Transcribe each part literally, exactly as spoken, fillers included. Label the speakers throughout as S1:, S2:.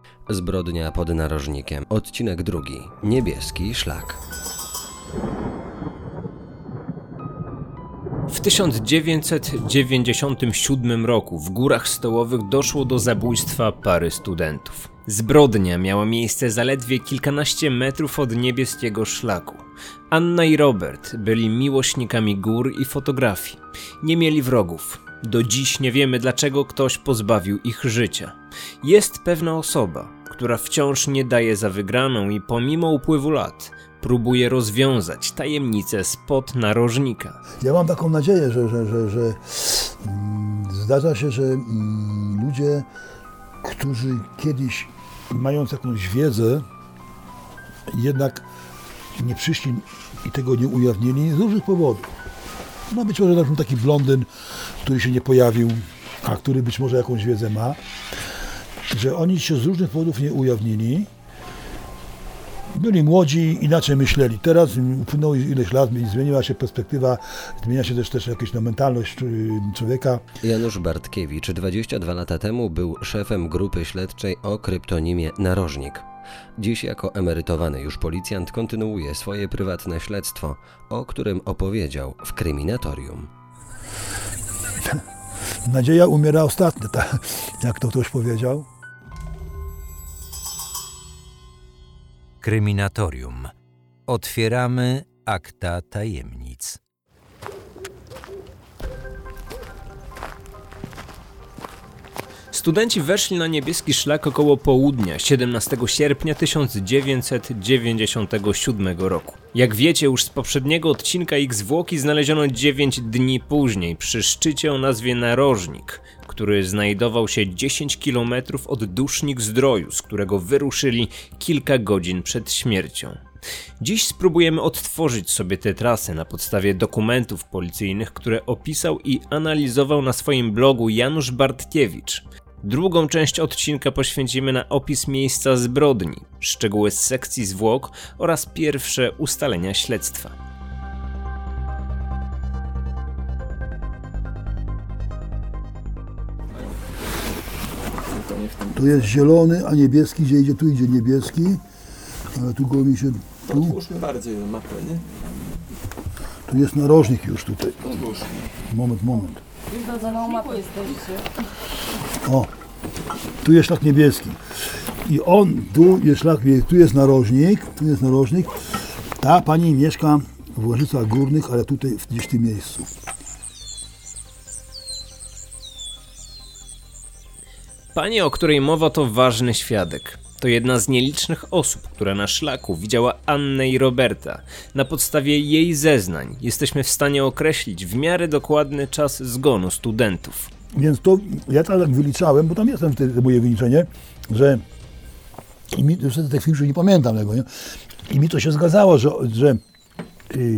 S1: Zbrodnia pod narożnikiem. Odcinek drugi. Niebieski szlak.
S2: W tysiąc dziewięćset dziewięćdziesiątym siódmym roku w Górach Stołowych doszło do zabójstwa pary studentów. Zbrodnia miała miejsce zaledwie kilkanaście metrów od niebieskiego szlaku. Anna i Robert byli miłośnikami gór i fotografii. Nie mieli wrogów. Do dziś nie wiemy, dlaczego ktoś pozbawił ich życia. Jest pewna osoba, która wciąż nie daje za wygraną i pomimo upływu lat próbuje rozwiązać tajemnicę spod narożnika.
S3: Ja mam taką nadzieję, że, że, że, że mm, zdarza się, że mm, ludzie, którzy kiedyś, mając jakąś wiedzę, jednak nie przyszli i tego nie ujawnili z różnych powodów. No być może taki, taki blondyn, który się nie pojawił, a który być może jakąś wiedzę ma, że oni się z różnych powodów nie ujawnili. Byli młodzi, inaczej myśleli. Teraz upłynęło ileś lat, zmieniła się perspektywa, zmienia się też, też jakaś no, mentalność człowieka.
S1: Janusz Bartkiewicz dwadzieścia dwa lata temu był szefem grupy śledczej o kryptonimie Narożnik. Dziś jako emerytowany już policjant kontynuuje swoje prywatne śledztwo, o którym opowiedział w Kryminatorium.
S3: Nadzieja umiera ostatnia, tak, jak to ktoś powiedział.
S4: Kryminatorium. Otwieramy akta tajemnic.
S2: Studenci weszli na niebieski szlak około południa siedemnastego sierpnia tysiąc dziewięćset dziewięćdziesiątego siódmego roku. Jak wiecie już z poprzedniego odcinka, ich zwłoki znaleziono dziewięć dni później przy szczycie o nazwie Narożnik, który znajdował się dziesięć kilometrów od Dusznik Zdroju, z którego wyruszyli kilka godzin przed śmiercią. Dziś spróbujemy odtworzyć sobie tę trasę na podstawie dokumentów policyjnych, które opisał i analizował na swoim blogu Janusz Bartkiewicz. Drugą część odcinka poświęcimy na opis miejsca zbrodni, szczegóły z sekcji zwłok oraz pierwsze ustalenia śledztwa.
S3: Tu jest zielony, a niebieski, gdzie idzie, tu idzie niebieski, ale tu go mi się... Tu,
S5: Otwórzmy bardziej mapę, nie?
S3: tu jest narożnik już tutaj.
S5: Otwórzmy.
S3: Moment, moment.
S6: Już za małą mapę jesteście.
S3: O, tu jest szlak niebieski. I on, tu jest szlak, tu jest narożnik, tu jest narożnik. Ta pani mieszka w Łażicach Górnych, ale tutaj gdzieś w tym miejscu.
S2: Pani, o której mowa, to ważny świadek. To jedna z nielicznych osób, która na szlaku widziała Annę i Roberta. Na podstawie jej zeznań jesteśmy w stanie określić w miarę dokładny czas zgonu studentów.
S3: Więc to ja tak wyliczałem, bo tam jest tam te, te moje wyliczenie, że i mi, już tej chwili nie pamiętam tego, nie? I mi to się zgadzało, że, że yy,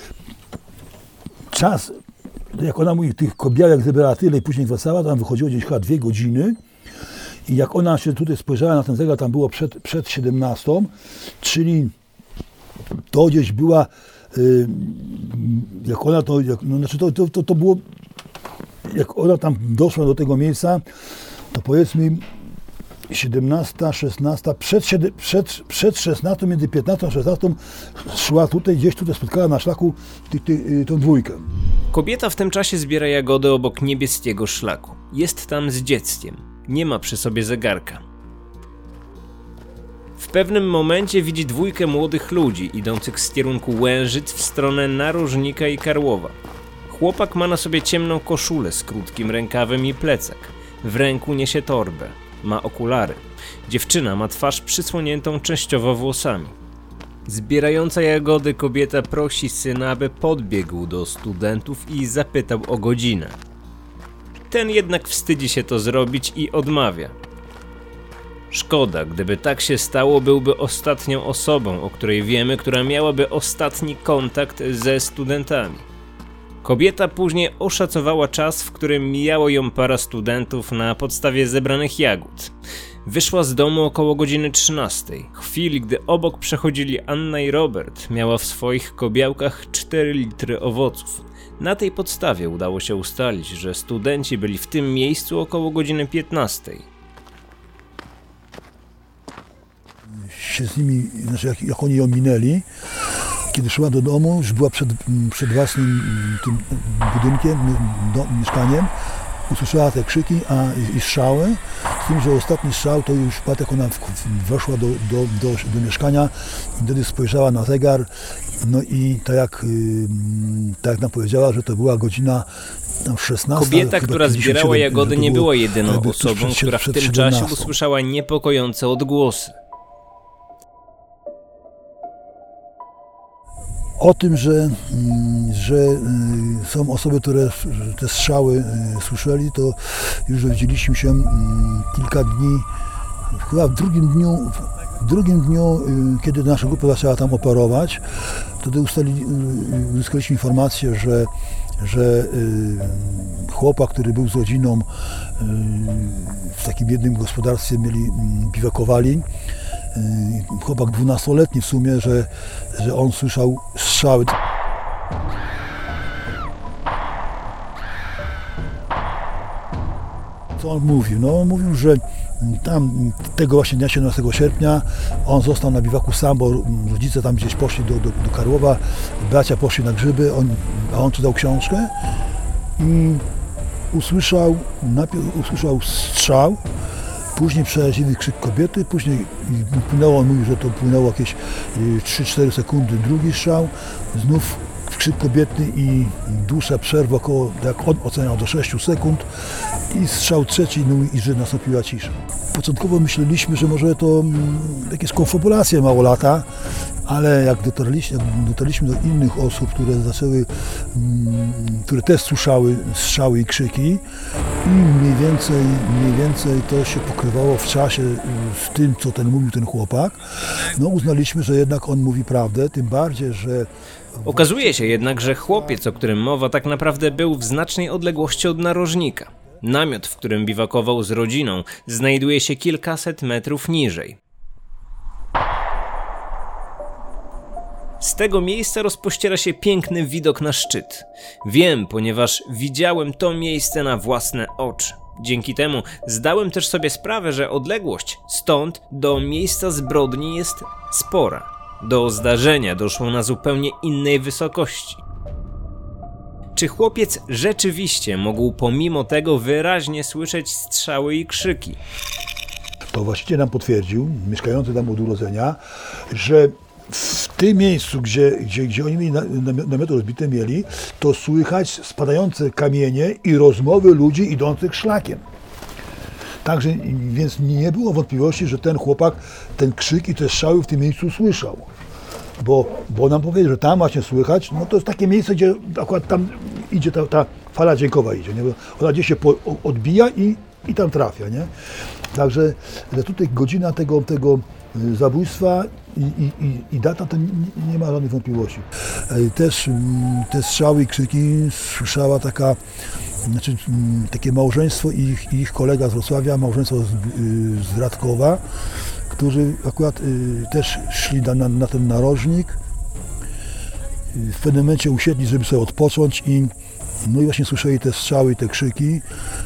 S3: czas, jak ona mówi, tych kobiałek zebrała tyle i później wracała, tam wychodziło gdzieś chyba dwie godziny. I jak ona się tutaj spojrzała na ten zegar, tam było przed, przed siedemnastą, czyli to gdzieś była, yy, jak ona to, jak, no, znaczy to, to, to, to było, jak ona tam doszła do tego miejsca, to powiedzmy siedemnasta, szesnasta, przed, przed, przed szesnastą, między piętnastą a szesnastą szła tutaj, gdzieś tutaj spotkała na szlaku ty, ty, tą dwójkę.
S2: Kobieta w tym czasie zbiera jagody obok niebieskiego szlaku. Jest tam z dzieckiem. Nie ma przy sobie zegarka. W pewnym momencie widzi dwójkę młodych ludzi idących z kierunku Łężyc w stronę Narożnika i Karłowa. Chłopak ma na sobie ciemną koszulę z krótkim rękawem i plecak. W ręku niesie torbę. Ma okulary. Dziewczyna ma twarz przysłoniętą częściowo włosami. Zbierająca jagody kobieta prosi syna, aby podbiegł do studentów i zapytał o godzinę. Ten jednak wstydzi się to zrobić i odmawia. Szkoda, gdyby tak się stało, byłby ostatnią osobą, o której wiemy, która miałaby ostatni kontakt ze studentami. Kobieta później oszacowała czas, w którym mijało ją para studentów na podstawie zebranych jagód. Wyszła z domu około godziny trzynastej. W chwili, gdy obok przechodzili Anna i Robert, miała w swoich kobiałkach cztery litry owoców. Na tej podstawie udało się ustalić, że studenci byli w tym miejscu około godziny piętnastej.
S3: się z nimi, znaczy jak, jak oni ją minęli, kiedy szła do domu, już była przed, przed własnym tym budynkiem, do, mieszkaniem, usłyszała te krzyki a, i, i strzały, z tym, że ostatni strzał to już padł, jak ona w, w, weszła do, do, do, do mieszkania i wtedy spojrzała na zegar, no i tak jak, yy, tak jak nam powiedziała, że to była godzina tam szesnasta.
S2: Kobieta, która zbierała jagody, nie była jedyną osobą, która w tym czasie usłyszała niepokojące odgłosy.
S3: O tym, że, że są osoby, które te strzały słyszeli, to już dowiedzieliśmy się kilka dni, chyba w drugim dniu, w drugim dniu, kiedy nasza grupa zaczęła tam operować, wtedy ustali, uzyskaliśmy informację, że, że chłopak, który był z rodziną w takim jednym gospodarstwie, mieli, biwakowali, chłopak dwunastoletni w sumie, że, że on słyszał strzały. Co on mówił? No on mówił, że tam tego właśnie dnia siedemnastego sierpnia on został na biwaku sam, bo rodzice tam gdzieś poszli do, do, do Karłowa, bracia poszli na grzyby, on, a on czytał książkę i usłyszał, najpierw usłyszał strzał, później przeraźliwy krzyk kobiety, później płynęło, on mówił, że to płynęło jakieś trzy cztery sekundy, drugi strzał, znów krzyk kobiety i dłuższa przerwa, około, jak on oceniał, do sześciu sekund i strzał trzeci, no i że nastąpiła cisza. Początkowo myśleliśmy, że może to um, jakieś konfabulacje małolata, ale jak dotarliśmy, jak dotarliśmy do innych osób, które zaczęły, um, które też słyszały strzały i krzyki i mniej więcej, mniej więcej to się pokrywało w czasie z tym, co ten mówił ten chłopak, no uznaliśmy, że jednak on mówi prawdę, tym bardziej, że
S2: Okazuje się jednak, że chłopiec, o którym mowa, tak naprawdę był w znacznej odległości od narożnika. Namiot, w którym biwakował z rodziną, znajduje się kilkaset metrów niżej. Z tego miejsca rozpościera się piękny widok na szczyt. Wiem, ponieważ widziałem to miejsce na własne oczy. Dzięki temu zdałem też sobie sprawę, że odległość stąd do miejsca zbrodni jest spora. Do zdarzenia doszło na zupełnie innej wysokości. Czy chłopiec rzeczywiście mógł pomimo tego wyraźnie słyszeć strzały i krzyki?
S3: To właściciel nam potwierdził, mieszkający tam od urodzenia, że w tym miejscu, gdzie, gdzie, gdzie oni mieli namioty rozbite mieli, to słychać spadające kamienie i rozmowy ludzi idących szlakiem. Także więc nie było wątpliwości, że ten chłopak ten krzyk i te strzały w tym miejscu słyszał. Bo, bo nam powiedział, że tam właśnie słychać, no to jest takie miejsce, gdzie akurat tam idzie ta, ta fala dźwiękowa idzie, nie? Ona gdzieś się po, odbija i, i tam trafia, nie? Także że tutaj godzina tego, tego zabójstwa i, i, i, i data to nie, nie ma żadnych wątpliwości. Też te strzały i krzyki słyszała taka, znaczy takie małżeństwo i ich, ich kolega z Wrocławia, małżeństwo z, z Radkowa, którzy akurat y, też szli na, na, na ten narożnik. W pewnym momencie usiedli, żeby sobie odpocząć i no i właśnie słyszeli te strzały i te krzyki. Y,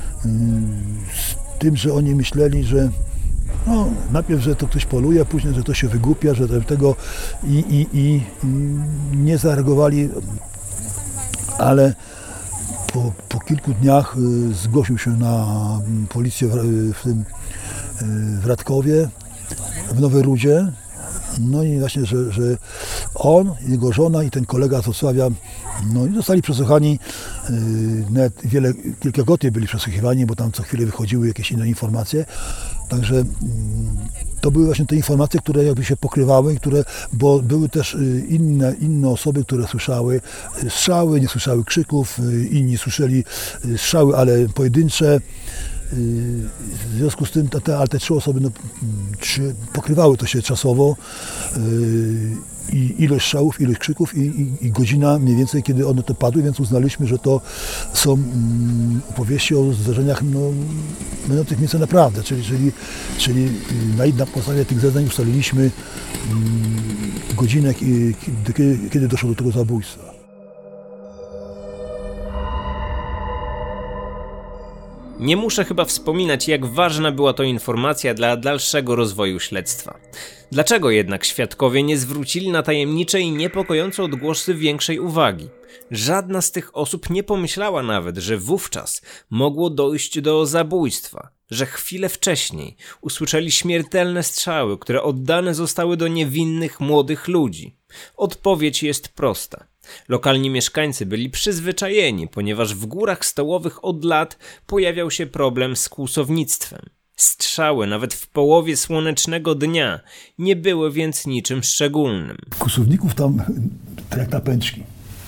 S3: z tym, że oni myśleli, że no, najpierw, że to ktoś poluje, później, że to się wygłupia, że tego i, i, i, i nie zareagowali, ale po, po kilku dniach y, zgłosił się na policję w, w tym y, w Radkowie, w Nowej Rudzie. No i właśnie, że, że on, jego żona i ten kolega z Wrocławia, no i zostali przesłuchani, yy, nawet wiele, kilkakrotnie byli przesłuchiwani, bo tam co chwilę wychodziły jakieś inne informacje. Także yy, to były właśnie te informacje, które jakby się pokrywały, które, bo były też yy, inne, inne osoby, które słyszały yy, strzały, nie słyszały krzyków, yy, inni słyszeli yy, strzały, ale pojedyncze. W związku z tym te, ale te trzy osoby no, trzy, pokrywały to się czasowo yy, i ilość strzałów, ilość krzyków i, i, i godzina mniej więcej, kiedy one to padły, więc uznaliśmy, że to są mm, opowieści o zdarzeniach no, mających miejsce naprawdę, czyli, czyli, czyli na, na podstawie tych zeznań ustaliliśmy mm, godzinę, kiedy, kiedy doszło do tego zabójstwa.
S2: Nie muszę chyba wspominać, jak ważna była to informacja dla dalszego rozwoju śledztwa. Dlaczego jednak świadkowie nie zwrócili na tajemnicze i niepokojące odgłosy większej uwagi? Żadna z tych osób nie pomyślała nawet, że wówczas mogło dojść do zabójstwa, że chwilę wcześniej usłyszeli śmiertelne strzały, które oddane zostały do niewinnych młodych ludzi. Odpowiedź jest prosta. Lokalni mieszkańcy byli przyzwyczajeni, ponieważ w górach stołowych od lat pojawiał się problem z kłusownictwem. Strzały nawet w połowie słonecznego dnia nie były więc niczym szczególnym.
S3: Kłusowników tam tak jak na pęczki.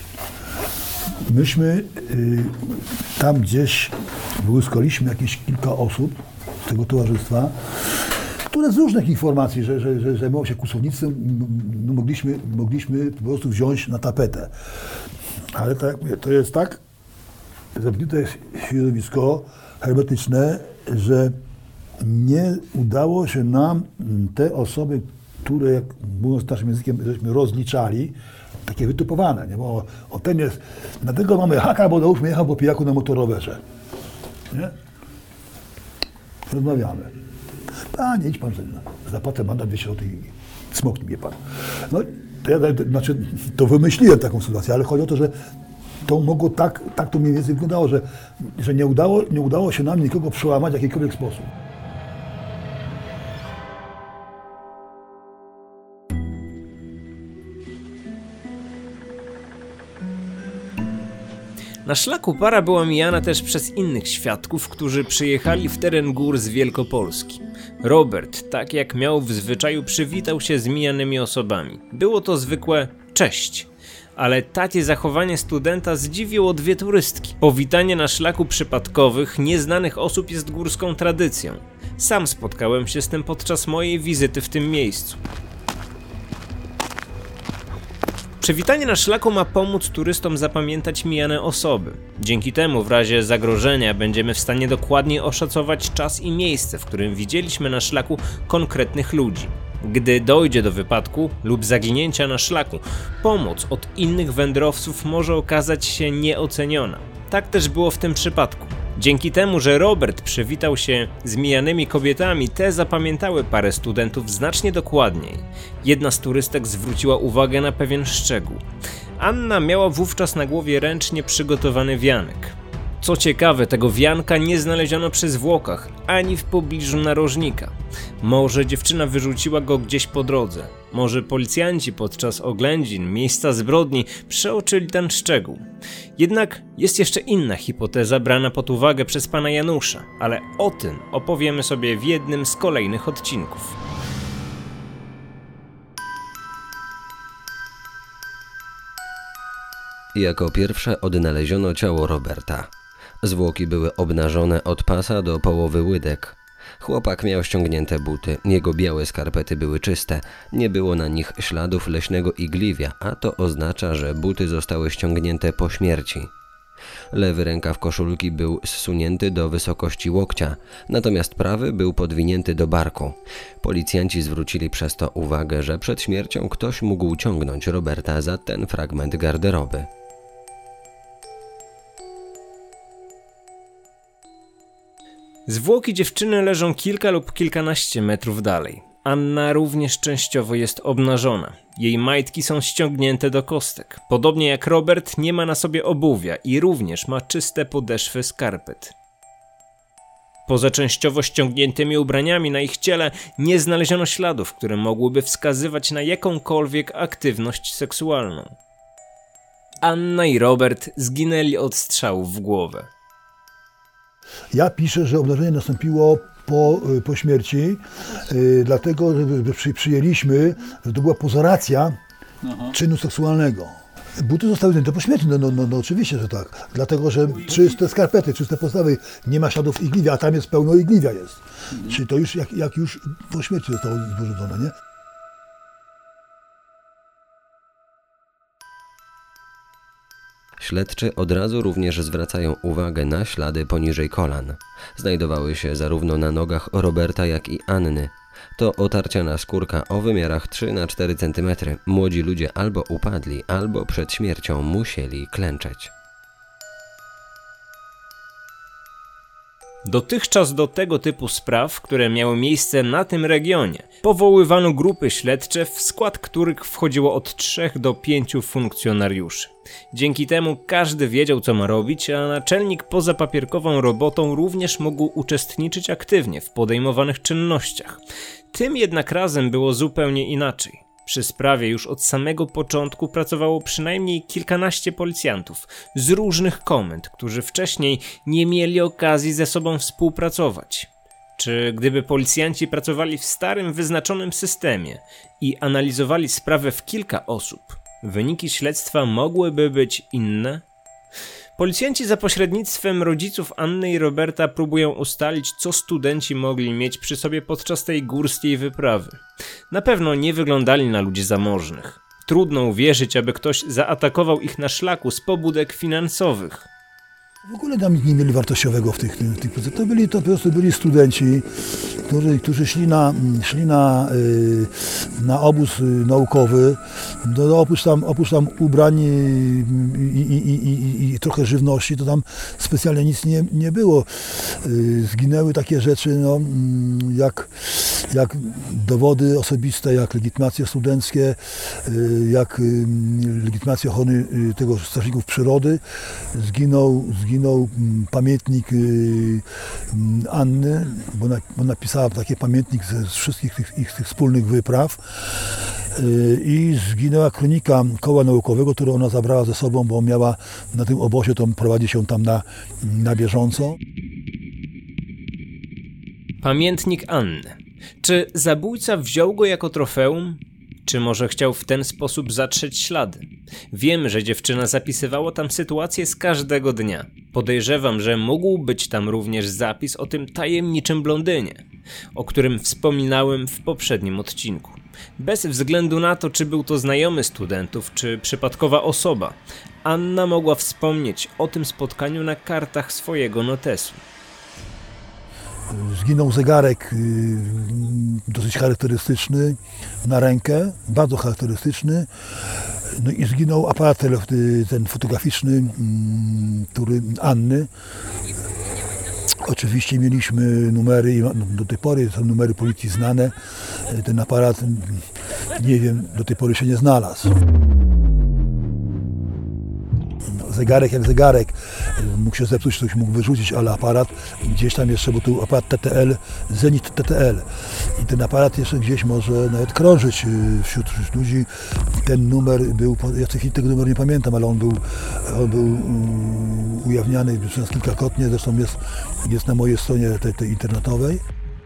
S3: Myśmy y, tam gdzieś błyskaliśmy jakieś kilka osób z tego towarzystwa, które z różnych informacji, że, że, że zajmowało się kłusownictwem, no mogliśmy, mogliśmy po prostu wziąć na tapetę. Ale tak jak mówię, to jest tak zamknięte środowisko hermetyczne, że nie udało się nam te osoby, które, jak mówiąc naszym językiem, żeśmy rozliczali, takie wytypowane, nie? Bo o, ten jest, dlatego mamy haka, bo załóżmy jechał po pijaku na motorowerze. Nie? Rozmawiamy. A nie idź pan, zapłacę mandat dwieście złotych i smoknij mnie pan. No to ja znaczy, to wymyśliłem taką sytuację, ale chodzi o to, że to mogło tak, tak to mniej więcej wyglądało, że, że nie, udało, nie udało się nam nikogo przełamać w jakikolwiek sposób.
S2: Na szlaku para była mijana też przez innych świadków, którzy przyjechali w teren gór z Wielkopolski. Robert, tak jak miał w zwyczaju, przywitał się z mijanymi osobami. Było to zwykłe cześć. Ale takie zachowanie studenta zdziwiło dwie turystki. Powitanie na szlaku przypadkowych, nieznanych osób jest górską tradycją. Sam spotkałem się z tym podczas mojej wizyty w tym miejscu. Przywitanie na szlaku ma pomóc turystom zapamiętać mijane osoby. Dzięki temu w razie zagrożenia będziemy w stanie dokładnie oszacować czas i miejsce, w którym widzieliśmy na szlaku konkretnych ludzi. Gdy dojdzie do wypadku lub zaginięcia na szlaku, pomoc od innych wędrowców może okazać się nieoceniona. Tak też było w tym przypadku. Dzięki temu, że Robert przywitał się z mijanymi kobietami, te zapamiętały parę studentów znacznie dokładniej. Jedna z turystek zwróciła uwagę na pewien szczegół. Anna miała wówczas na głowie ręcznie przygotowany wianek. Co ciekawe, tego wianka nie znaleziono przy zwłokach, ani w pobliżu narożnika. Może dziewczyna wyrzuciła go gdzieś po drodze. Może policjanci podczas oględzin miejsca zbrodni przeoczyli ten szczegół. Jednak jest jeszcze inna hipoteza brana pod uwagę przez pana Janusza, ale o tym opowiemy sobie w jednym z kolejnych odcinków.
S1: Jako pierwsze odnaleziono ciało Roberta. Zwłoki były obnażone od pasa do połowy łydek. Chłopak miał ściągnięte buty, jego białe skarpety były czyste, nie było na nich śladów leśnego igliwia, a to oznacza, że buty zostały ściągnięte po śmierci. Lewy rękaw koszulki był zsunięty do wysokości łokcia, natomiast prawy był podwinięty do barku. Policjanci zwrócili przez to uwagę, że przed śmiercią ktoś mógł ciągnąć Roberta za ten fragment garderoby.
S2: Zwłoki dziewczyny leżą kilka lub kilkanaście metrów dalej. Anna również częściowo jest obnażona. Jej majtki są ściągnięte do kostek. Podobnie jak Robert, nie ma na sobie obuwia i również ma czyste podeszwy skarpet. Poza częściowo ściągniętymi ubraniami na ich ciele nie znaleziono śladów, które mogłyby wskazywać na jakąkolwiek aktywność seksualną. Anna i Robert zginęli od strzałów w głowę.
S3: Ja piszę, że obnażenie nastąpiło po, po śmierci, yy, dlatego że przy, przyjęliśmy, że to była pozoracja Aha. czynu seksualnego. Buty zostały zdjęte po śmierci, no, no, no, no oczywiście, że tak. Dlatego, że czyste skarpety, czyste podstawy, nie ma śladów igliwia, a tam jest pełno igliwia jest. Mhm. Czyli to już jak, jak już po śmierci zostało wyrzucone, nie?
S1: Śledczy od razu również zwracają uwagę na ślady poniżej kolan. Znajdowały się zarówno na nogach Roberta, jak i Anny. To otarciana skórka o wymiarach trzy na cztery centymetry. Młodzi ludzie albo upadli, albo przed śmiercią musieli klęczeć.
S2: Dotychczas do tego typu spraw, które miały miejsce na tym regionie, powoływano grupy śledcze, w skład których wchodziło od trzech do pięciu funkcjonariuszy. Dzięki temu każdy wiedział, co ma robić, a naczelnik poza papierkową robotą również mógł uczestniczyć aktywnie w podejmowanych czynnościach. Tym jednak razem było zupełnie inaczej. Przy sprawie już od samego początku pracowało przynajmniej kilkanaście policjantów z różnych komend, którzy wcześniej nie mieli okazji ze sobą współpracować. Czy gdyby policjanci pracowali w starym, wyznaczonym systemie i analizowali sprawę w kilka osób, wyniki śledztwa mogłyby być inne? Policjanci za pośrednictwem rodziców Anny i Roberta próbują ustalić, co studenci mogli mieć przy sobie podczas tej górskiej wyprawy. Na pewno nie wyglądali na ludzi zamożnych. Trudno uwierzyć, aby ktoś zaatakował ich na szlaku z pobudek finansowych.
S3: W ogóle tam nie mieli wartościowego w tych, tych, tych to byli to po prostu byli studenci, którzy, którzy szli na, szli na, na obóz naukowy, no, oprócz, tam, oprócz tam ubrań i, i, i, i, i trochę żywności, to tam specjalnie nic nie, nie było. Zginęły takie rzeczy, no, jak, jak dowody osobiste, jak legitymacje studenckie, jak legitymacja ochrony tego strażników przyrody. Zginął, zginął Zginął pamiętnik Anny, bo, na, bo napisała taki pamiętnik ze z wszystkich tych, ich, tych wspólnych wypraw i zginęła kronika koła naukowego, którą ona zabrała ze sobą, bo miała na tym obozie to prowadzić ją tam na, na bieżąco.
S2: Pamiętnik Anny. Czy zabójca wziął go jako trofeum? Czy może chciał w ten sposób zatrzeć ślady? Wiemy, że dziewczyna zapisywała tam sytuacje z każdego dnia. Podejrzewam, że mógł być tam również zapis o tym tajemniczym blondynie, o którym wspominałem w poprzednim odcinku. Bez względu na to, czy był to znajomy studentów, czy przypadkowa osoba, Anna mogła wspomnieć o tym spotkaniu na kartach swojego notesu.
S3: Zginął zegarek dosyć charakterystyczny na rękę, bardzo charakterystyczny. No i zginął aparat ten fotograficzny, który Anny. Oczywiście mieliśmy numery i do tej pory są numery policji znane. Ten aparat, nie wiem, do tej pory się nie znalazł. Zegarek jak zegarek, mógł się zepsuć, ktoś mógł wyrzucić, ale aparat gdzieś tam jeszcze, bo tu aparat T T L, Zenit T T L i ten aparat jeszcze gdzieś może nawet krążyć wśród, wśród ludzi. Ten numer był, ja w tej chwili tego numeru nie pamiętam, ale on był, on był um, ujawniany przez nas kilkakrotnie, zresztą jest, jest na mojej stronie tej, tej internetowej.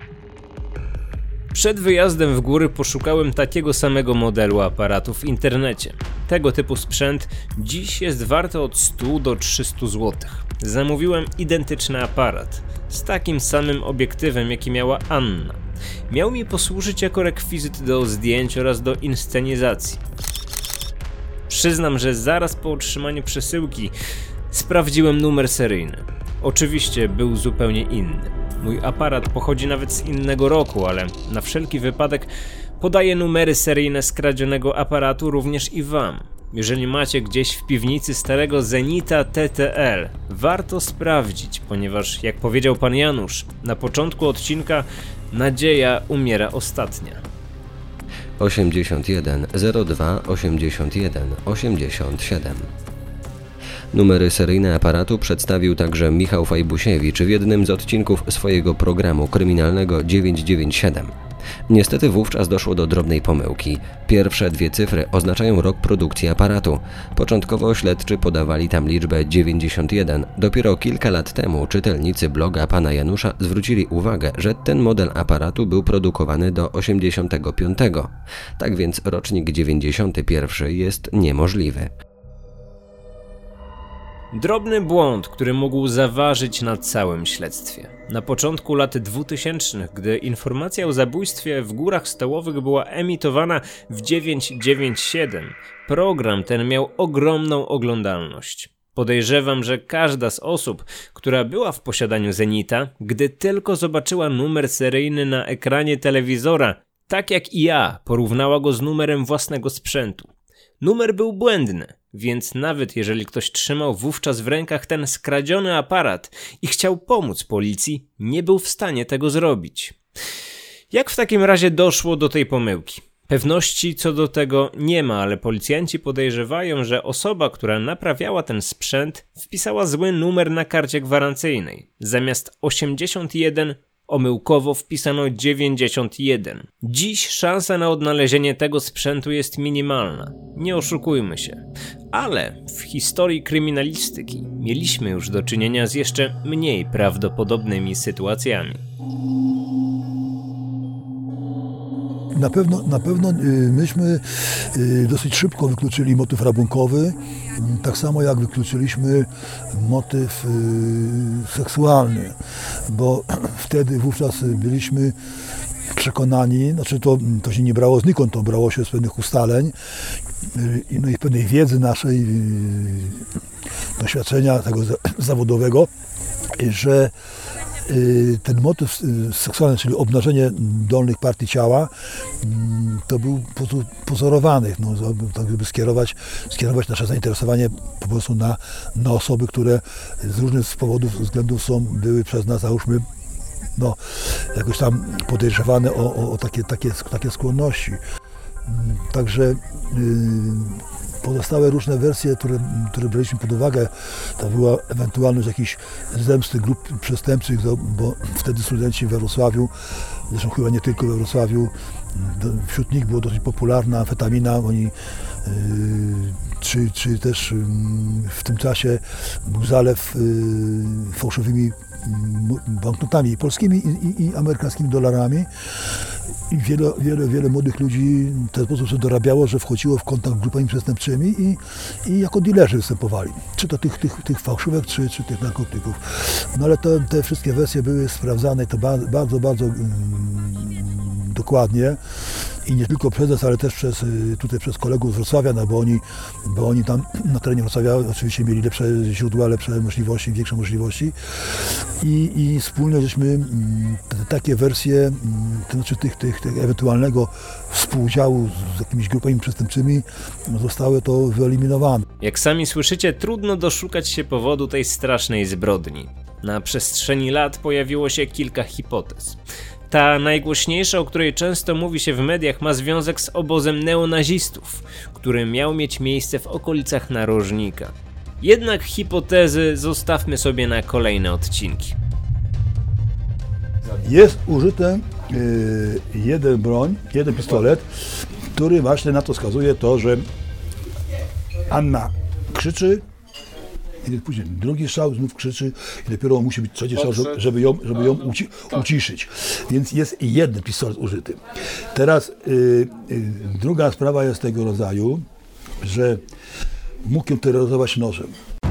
S2: Przed wyjazdem w góry poszukałem takiego samego modelu aparatu w internecie. Tego typu sprzęt dziś jest warty od stu do trzystu złotych. Zamówiłem identyczny aparat z takim samym obiektywem, jaki miała Anna. Miał mi posłużyć jako rekwizyt do zdjęć oraz do inscenizacji. Przyznam, że zaraz po otrzymaniu przesyłki sprawdziłem numer seryjny. Oczywiście był zupełnie inny. Mój aparat pochodzi nawet z innego roku, ale na wszelki wypadek podaję numery seryjne skradzionego aparatu również i wam. Jeżeli macie gdzieś w piwnicy starego Zenita T T L, warto sprawdzić, ponieważ jak powiedział pan Janusz, na początku odcinka nadzieja umiera ostatnia.
S1: osiemdziesiąt jeden zero dwa osiemdziesiąt jeden osiemdziesiąt siedem. Numery seryjne aparatu przedstawił także Michał Fajbusiewicz w jednym z odcinków swojego programu kryminalnego dziewięć dziewięć siedem. Niestety wówczas doszło do drobnej pomyłki. Pierwsze dwie cyfry oznaczają rok produkcji aparatu. Początkowo śledczy podawali tam liczbę dziewięćdziesiąt jeden. Dopiero kilka lat temu czytelnicy bloga pana Janusza zwrócili uwagę, że ten model aparatu był produkowany do osiemdziesiątego piątego. Tak więc rocznik dziewięćdziesiąty pierwszy jest niemożliwy.
S2: Drobny błąd, który mógł zaważyć na całym śledztwie. Na początku lat dwutysięcznych, gdy informacja o zabójstwie w Górach Stołowych była emitowana w dziewięć dziewięć siedem, program ten miał ogromną oglądalność. Podejrzewam, że każda z osób, która była w posiadaniu Zenita, gdy tylko zobaczyła numer seryjny na ekranie telewizora, tak jak i ja, porównała go z numerem własnego sprzętu. Numer był błędny. Więc nawet jeżeli ktoś trzymał wówczas w rękach ten skradziony aparat i chciał pomóc policji, nie był w stanie tego zrobić. Jak w takim razie doszło do tej pomyłki? Pewności co do tego nie ma, ale policjanci podejrzewają, że osoba, która naprawiała ten sprzęt, wpisała zły numer na karcie gwarancyjnej. Zamiast osiemdziesiąt jeden omyłkowo wpisano dziewięćdziesiąt jeden. Dziś szansa na odnalezienie tego sprzętu jest minimalna. Nie oszukujmy się. Ale w historii kryminalistyki mieliśmy już do czynienia z jeszcze mniej prawdopodobnymi sytuacjami.
S3: Na pewno, na pewno myśmy dosyć szybko wykluczyli motyw rabunkowy, tak samo jak wykluczyliśmy motyw seksualny, bo wtedy wówczas byliśmy przekonani, znaczy to, to się nie brało znikąd, to brało się z pewnych ustaleń, no i pewnej wiedzy naszej, doświadczenia tego zawodowego, że ten motyw seksualny, czyli obnażenie dolnych partii ciała, to był pozorowany, no, tak żeby skierować, skierować nasze zainteresowanie po prostu na, na osoby, które z różnych powodów, względów są, były przez nas, załóżmy, no, jakoś tam podejrzewane o, o, o takie, takie, takie skłonności. Także yy, pozostałe różne wersje, które, które braliśmy pod uwagę, to była ewentualność jakichś zemsty grup przestępczych, bo wtedy studenci we Wrocławiu, zresztą chyba nie tylko we Wrocławiu, wśród nich była dosyć popularna amfetamina, oni, yy, czy, czy też yy, w tym czasie był zalew yy, fałszywymi banknotami polskimi i, i, i amerykańskimi dolarami. I wiele, wiele, wiele młodych ludzi w ten sposób sobie dorabiało, że wchodziło w kontakt z grupami przestępczymi i, i jako dilerzy występowali. Czy to tych, tych, tych fałszywek, czy, czy tych narkotyków. No ale to, te wszystkie wersje były sprawdzane to ba, bardzo, bardzo um, dokładnie. I nie tylko przez nas, ale też przez, tutaj przez kolegów z Wrocławia, no bo oni, bo oni tam na terenie Wrocławia oczywiście mieli lepsze źródła, lepsze możliwości, większe możliwości. I, i wspólnie żeśmy te, takie wersje, to znaczy tych, tych, tych ewentualnego współudziału z jakimiś grupami przestępczymi, zostały to wyeliminowane.
S2: Jak sami słyszycie, trudno doszukać się powodu tej strasznej zbrodni. Na przestrzeni lat pojawiło się kilka hipotez. Ta najgłośniejsza, o której często mówi się w mediach, ma związek z obozem neonazistów, który miał mieć miejsce w okolicach narożnika. Jednak hipotezy zostawmy sobie na kolejne odcinki.
S3: Jest użyty yy, jeden broń, jeden pistolet, który właśnie na to wskazuje to, że Anna krzyczy, i później drugi strzał, znów krzyczy i dopiero musi być trzeci strzał, żeby ją, żeby ją uci, uciszyć. Więc jest jeden pistolet użyty. Teraz yy, yy, druga sprawa jest tego rodzaju, że mógł ją terroryzować nożem.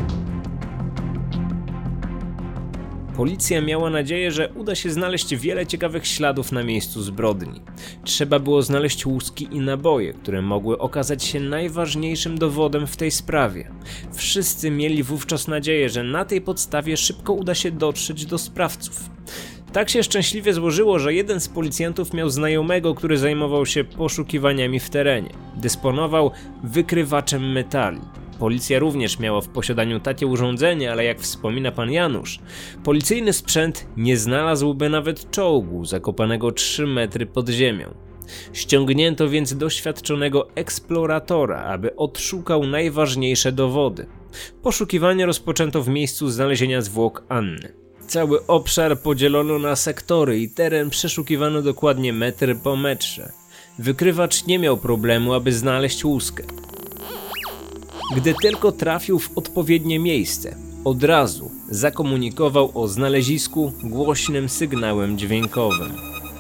S2: Policja miała nadzieję, że uda się znaleźć wiele ciekawych śladów na miejscu zbrodni. Trzeba było znaleźć łuski i naboje, które mogły okazać się najważniejszym dowodem w tej sprawie. Wszyscy mieli wówczas nadzieję, że na tej podstawie szybko uda się dotrzeć do sprawców. Tak się szczęśliwie złożyło, że jeden z policjantów miał znajomego, który zajmował się poszukiwaniami w terenie. Dysponował wykrywaczem metali. Policja również miała w posiadaniu takie urządzenie, ale jak wspomina pan Janusz, policyjny sprzęt nie znalazłby nawet czołgu zakopanego trzy metry pod ziemią. Ściągnięto więc doświadczonego eksploratora, aby odszukał najważniejsze dowody. Poszukiwanie rozpoczęto w miejscu znalezienia zwłok Anny. Cały obszar podzielono na sektory i teren przeszukiwano dokładnie metr po metrze. Wykrywacz nie miał problemu, aby znaleźć łuskę. Gdy tylko trafił w odpowiednie miejsce, od razu zakomunikował o znalezisku głośnym sygnałem dźwiękowym.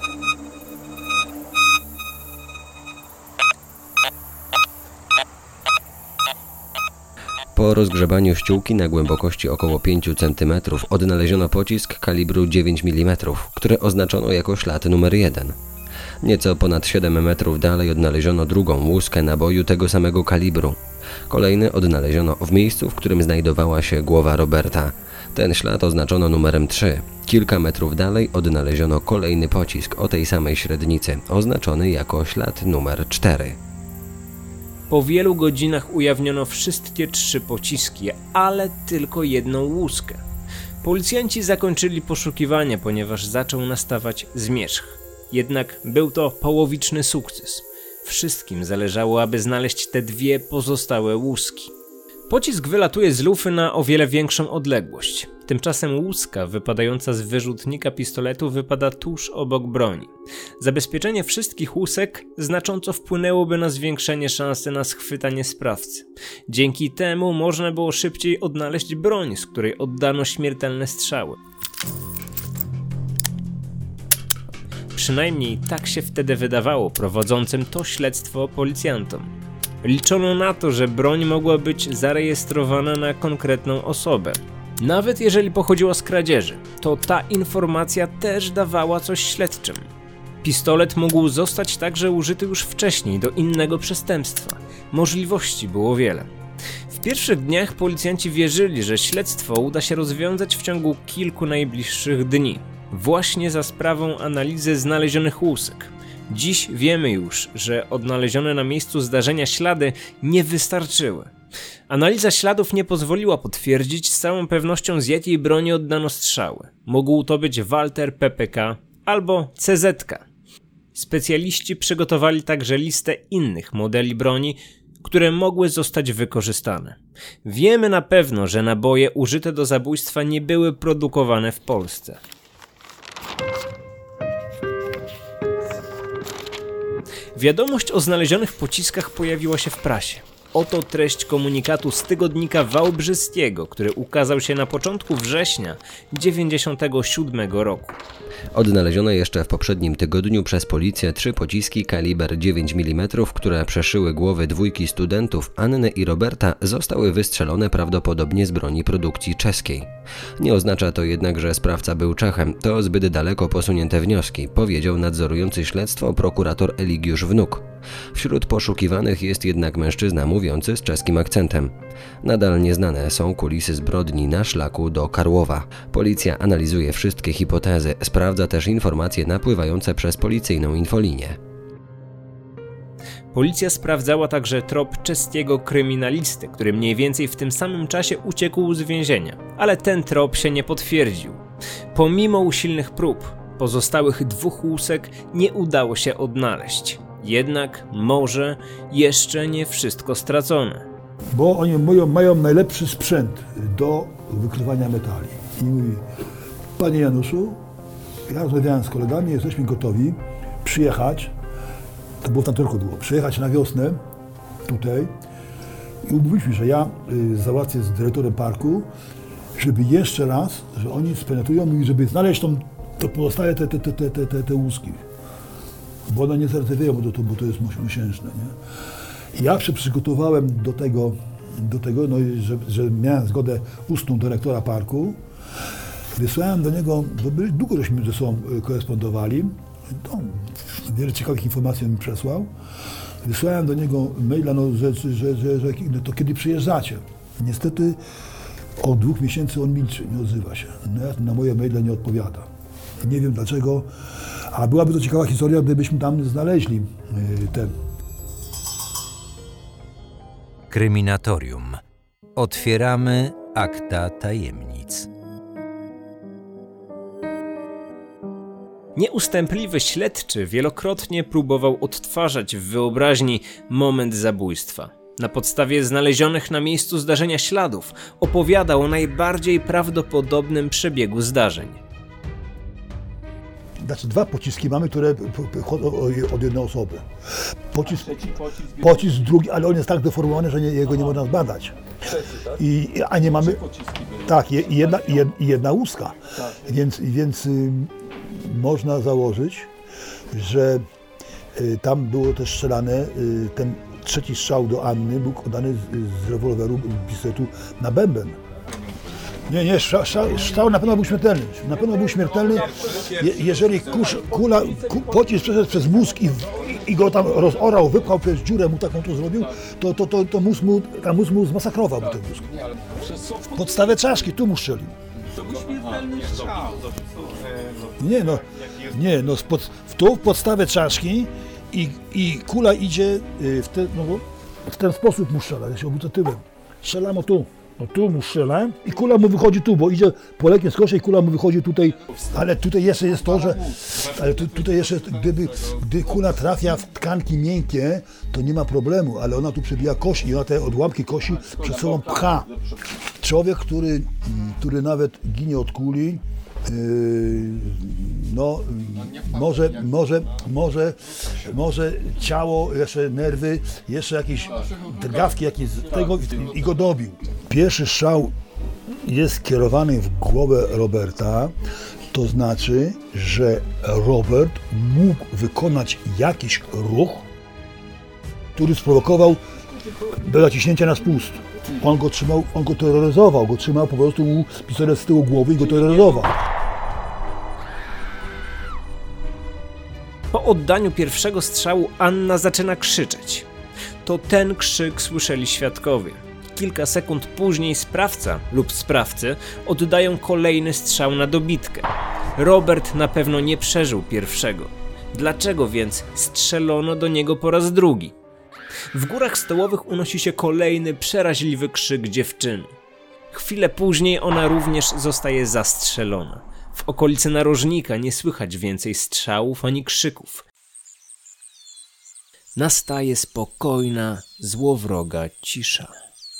S1: Po rozgrzebaniu ściółki na głębokości około pięć centymetrów odnaleziono pocisk kalibru dziewięć milimetrów, który oznaczono jako ślad numer jeden. Nieco ponad siedem metrów dalej odnaleziono drugą łuskę naboju tego samego kalibru. Kolejny odnaleziono w miejscu, w którym znajdowała się głowa Roberta. Ten ślad oznaczono numerem trzy. Kilka metrów dalej odnaleziono kolejny pocisk o tej samej średnicy, oznaczony jako ślad numer cztery.
S2: Po wielu godzinach ujawniono wszystkie trzy pociski, ale tylko jedną łuskę. Policjanci zakończyli poszukiwania, ponieważ zaczął nastawać zmierzch. Jednak był to połowiczny sukces. Wszystkim zależało, aby znaleźć te dwie pozostałe łuski. Pocisk wylatuje z lufy na o wiele większą odległość. Tymczasem łuska wypadająca z wyrzutnika pistoletu wypada tuż obok broni. Zabezpieczenie wszystkich łusek znacząco wpłynęłoby na zwiększenie szansy na schwytanie sprawcy. Dzięki temu można było szybciej odnaleźć broń, z której oddano śmiertelne strzały. Przynajmniej tak się wtedy wydawało prowadzącym to śledztwo policjantom. Liczono na to, że broń mogła być zarejestrowana na konkretną osobę. Nawet jeżeli pochodziła z kradzieży, to ta informacja też dawała coś śledczym. Pistolet mógł zostać także użyty już wcześniej do innego przestępstwa. Możliwości było wiele. W pierwszych dniach policjanci wierzyli, że śledztwo uda się rozwiązać w ciągu kilku najbliższych dni. Właśnie za sprawą analizy znalezionych łusek. Dziś wiemy już, że odnalezione na miejscu zdarzenia ślady nie wystarczyły. Analiza śladów nie pozwoliła potwierdzić z całą pewnością, z jakiej broni oddano strzały. Mógł to być Walter P P K albo C Z K. Specjaliści przygotowali także listę innych modeli broni, które mogły zostać wykorzystane. Wiemy na pewno, że naboje użyte do zabójstwa nie były produkowane w Polsce. Wiadomość o znalezionych pociskach pojawiła się w prasie. Oto treść komunikatu z tygodnika wałbrzyskiego, który ukazał się na początku września dziewięćdziesiątego siódmego roku.
S1: Odnaleziono jeszcze w poprzednim tygodniu przez policję trzy pociski kaliber dziewięć milimetrów, które przeszyły głowy dwójki studentów Anny i Roberta, zostały wystrzelone prawdopodobnie z broni produkcji czeskiej. Nie oznacza to jednak, że sprawca był Czechem. To zbyt daleko posunięte wnioski, powiedział nadzorujący śledztwo prokurator Eligiusz Wnuk. Wśród poszukiwanych jest jednak mężczyzna mówiący z czeskim akcentem. Nadal nieznane są kulisy zbrodni na szlaku do Karłowa. Policja analizuje wszystkie hipotezy, sprawdza też informacje napływające przez policyjną infolinię.
S2: Policja sprawdzała także trop czeskiego kryminalisty, który mniej więcej w tym samym czasie uciekł z więzienia, ale ten trop się nie potwierdził. Pomimo usilnych prób, pozostałych dwóch łusek nie udało się odnaleźć. Jednak może jeszcze nie wszystko stracone.
S3: Bo oni mają, mają najlepszy sprzęt do wykrywania metali. I mówi, panie Januszu, ja rozmawiałem z kolegami, jesteśmy gotowi przyjechać, to było w tamtym roku było, przyjechać na wiosnę tutaj i umówiliśmy, że ja y, załatwię z dyrektorem parku, żeby jeszcze raz, że oni spenetrują i żeby znaleźć tą, to pozostałe te, te, te, te, te, te, te łuski. Bo one nie zertyfikują, bo to, bo to jest miesięczne, nie? I ja się przygotowałem do tego, do tego no, że, że miałem zgodę ustną dyrektora parku. Wysłałem do niego, bo byli, długo żeśmy ze sobą korespondowali, to wiele ciekawych informacji mi przesłał. Wysłałem do niego maila, no, że, że, że, że, że no, to kiedy przyjeżdżacie. Niestety od dwóch miesięcy on milczy, nie odzywa się. No, na moje maile nie odpowiada. Nie wiem dlaczego, a byłaby to ciekawa historia, gdybyśmy tam znaleźli ten.
S4: Kryminatorium. Otwieramy akta tajemnic.
S2: Nieustępliwy śledczy wielokrotnie próbował odtwarzać w wyobraźni moment zabójstwa. Na podstawie znalezionych na miejscu zdarzenia śladów opowiadał o najbardziej prawdopodobnym przebiegu zdarzeń.
S3: Znaczy dwa pociski mamy, które chodzą od jednej osoby. Pocisk, pocisk drugi, ale on jest tak deformowany, że nie, jego nie można zbadać. I, a nie mamy. Tak, i jedna, i jedna łuska. Więc, więc y, można założyć, że y, tam było też strzelane, y, ten trzeci strzał do Anny był oddany z, z rewolweru, pistoletu na bęben. Nie, nie, strzał, strzał na pewno był śmiertelny. Na pewno był śmiertelny, je, jeżeli kusz, kula, ku, pocisk przeszedł przez mózg i, i go tam rozorał, wypchał przez dziurę, mu taką to zrobił, to, to, to, to mózg mu, ta mózg mu zmasakrował ten mózg. W podstawę czaszki, tu mu strzelił.
S5: To był śmiertelny strzał.
S3: Nie no, nie, no pod, w tu w podstawę czaszki i, i kula idzie w te, no bo w ten sposób mu strzela, ja się obrócę tyłem. Strzelam o tu, o tu mu strzelam i kula mu wychodzi tu, bo idzie po lekkie skosie i kula mu wychodzi tutaj. Ale tutaj jeszcze jest to, że ale tu, tutaj jeszcze, gdyby, gdy kula trafia w tkanki miękkie, to nie ma problemu, ale ona tu przebija kość i ona te odłamki kości przed sobą pcha. Człowiek, który, który nawet ginie od kuli, Yy, no, może, może, może, może ciało, jeszcze nerwy, jeszcze jakieś drgawki jakieś z tego i go dobił. Pierwszy strzał jest skierowany w głowę Roberta, to znaczy, że Robert mógł wykonać jakiś ruch, który sprowokował do naciśnięcia na spust. On go trzymał, on go terroryzował, go trzymał po prostu mu pistolet z tyłu głowy i go terroryzował.
S2: Po oddaniu pierwszego strzału Anna zaczyna krzyczeć. To ten krzyk słyszeli świadkowie. Kilka sekund później sprawca lub sprawcy oddają kolejny strzał na dobitkę. Robert na pewno nie przeżył pierwszego. Dlaczego więc strzelono do niego po raz drugi? W górach stołowych unosi się kolejny przeraźliwy krzyk dziewczyny. Chwilę później ona również zostaje zastrzelona. W okolicy narożnika nie słychać więcej strzałów ani krzyków. Nastaje spokojna, złowroga cisza.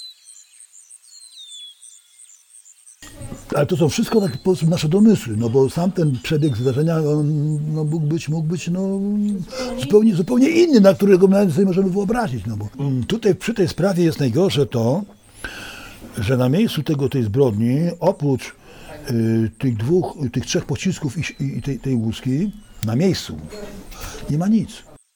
S3: Ale to są wszystko takie po prostu nasze domysły, no bo sam ten przebieg zdarzenia on, no, mógł być, mógł być no, zupełnie, zupełnie inny, na którego nawet sobie możemy wyobrazić. No bo tutaj przy tej sprawie jest najgorsze to, że na miejscu tego, tej zbrodni, oprócz y, tych dwóch, tych trzech pocisków i, i tej, tej łuski, na miejscu nie ma nic.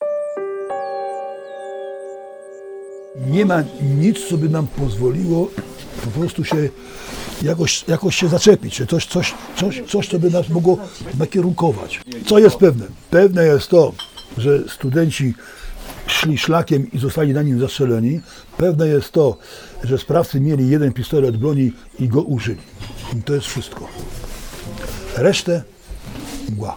S3: Nie ma nic, co by nam pozwoliło po prostu się jakoś, jakoś się zaczepić, czy coś, coś, coś, coś, co by nas mogło nakierunkować. Co jest pewne? Pewne jest to, że studenci szli szlakiem i zostali na nim zastrzeleni. Pewne jest to, że sprawcy mieli jeden pistolet broni i go użyli. I to jest wszystko. Resztę mgła.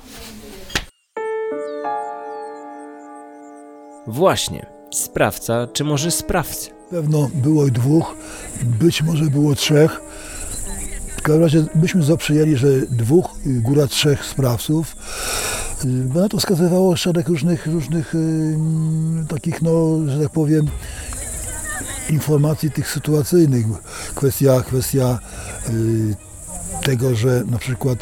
S2: Właśnie, sprawca czy może sprawcy?
S3: Pewno było dwóch, być może było trzech. W każdym razie byśmy zaprzyjęli, że dwóch, góra trzech sprawców, bo na to wskazywało szereg różnych, różnych takich, no, że tak powiem, informacji tych sytuacyjnych. Kwestia, kwestia tego, że na przykład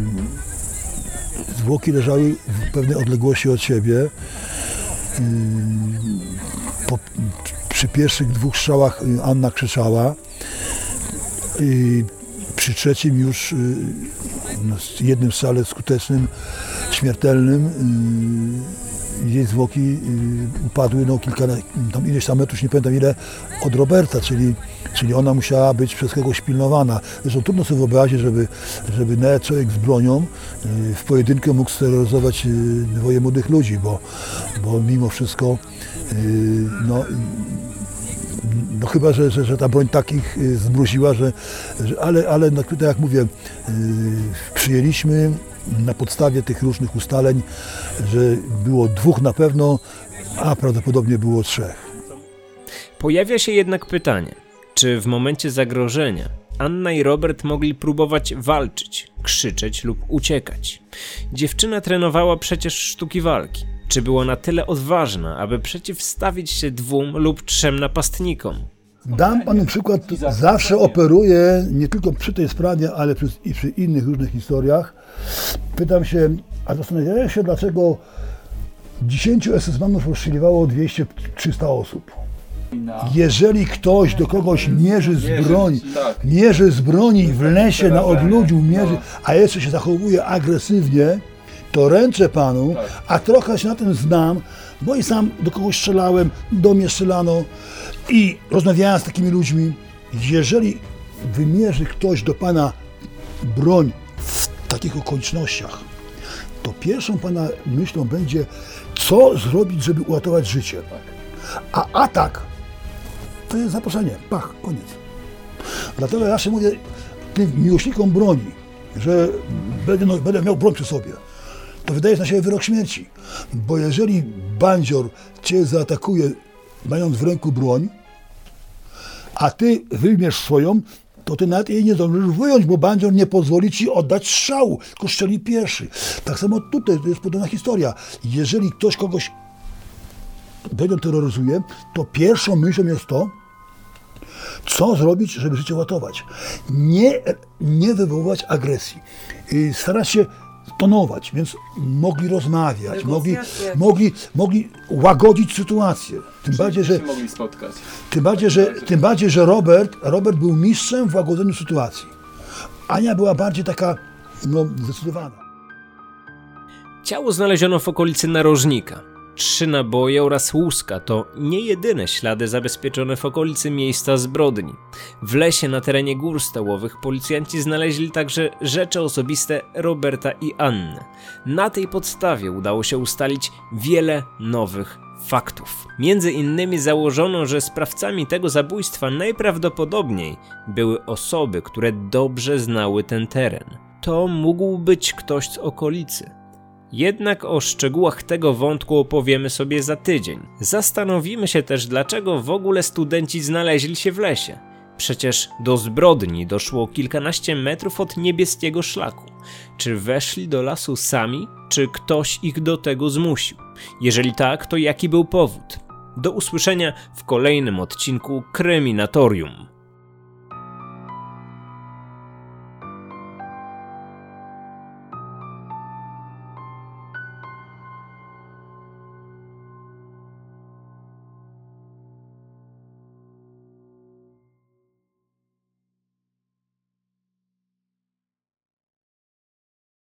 S3: zwłoki leżały w pewnej odległości od siebie. Po, przy pierwszych dwóch strzałach Anna krzyczała. Przy trzecim już jednym strzale skutecznym, śmiertelnym, jej zwłoki upadły no kilka, tam ileś tam metrów, nie pamiętam ile, od Roberta, czyli, czyli ona musiała być przez kogoś pilnowana. Zresztą trudno sobie wyobrazić, żeby, żeby nawet człowiek z bronią w pojedynkę mógł steroryzować dwoje młodych ludzi, bo, bo mimo wszystko no, no chyba, że, że, że ta broń takich zmroziła, że, że ale, ale no, tak jak mówię, przyjęliśmy na podstawie tych różnych ustaleń, że było dwóch na pewno, a prawdopodobnie było trzech.
S2: Pojawia się jednak pytanie, czy w momencie zagrożenia Anna i Robert mogli próbować walczyć, krzyczeć lub uciekać? Dziewczyna trenowała przecież sztuki walki. Czy była na tyle odważna, aby przeciwstawić się dwóm lub trzem napastnikom?
S3: Dam panu przykład, zawsze operuję, nie tylko przy tej sprawie, ale przy, i przy innych różnych historiach. Pytam się, a zastanawiałem się, dlaczego dziesięciu es es manów rozstrzeliwało dwieście trzysta osób. Jeżeli ktoś do kogoś mierzy z broni, mierzy z broni w lesie na odludziu, mierzy, a jeszcze się zachowuje agresywnie, to ręczę panu, a trochę się na tym znam, bo i sam do kogoś strzelałem, do mnie strzelano i rozmawiałem z takimi ludźmi. Jeżeli wymierzy ktoś do pana broń w takich okolicznościach, to pierwszą pana myślą będzie, co zrobić, żeby uratować życie. A atak to jest zaproszenie, pach, koniec. Dlatego ja się mówię tym miłośnikom broni, że będę, no, będę miał broń przy sobie. To wydajesz na siebie wyrok śmierci, bo jeżeli bandzior cię zaatakuje mając w ręku broń, a ty wyjmiesz swoją, to ty nawet jej nie zdążysz wyjąć, bo bandzior nie pozwoli ci oddać strzału, tylko strzeli pierwszy. Tak samo tutaj, to jest podobna historia. Jeżeli ktoś kogoś będzie terroryzuje, to pierwszą myślą jest to, co zrobić, żeby życie uratować. Nie, nie wywoływać agresji. Starać się tonować, więc mogli rozmawiać, mogli, mogli, mogli łagodzić sytuację. Tym bardziej, że,
S5: się mogli spotkać.
S3: tym bardziej, że, tym bardziej, że Robert, Robert był mistrzem w łagodzeniu sytuacji. Ania była bardziej taka, no, zdecydowana.
S2: Ciało znaleziono w okolicy narożnika. Trzy naboje oraz łuska to nie jedyne ślady zabezpieczone w okolicy miejsca zbrodni. W lesie na terenie gór stołowych policjanci znaleźli także rzeczy osobiste Roberta i Anny. Na tej podstawie udało się ustalić wiele nowych faktów. Między innymi założono, że sprawcami tego zabójstwa najprawdopodobniej były osoby, które dobrze znały ten teren. To mógł być ktoś z okolicy. Jednak o szczegółach tego wątku opowiemy sobie za tydzień. Zastanowimy się też, dlaczego w ogóle studenci znaleźli się w lesie. Przecież do zbrodni doszło kilkanaście metrów od niebieskiego szlaku. Czy weszli do lasu sami, czy ktoś ich do tego zmusił? Jeżeli tak, to jaki był powód? Do usłyszenia w kolejnym odcinku Kryminatorium.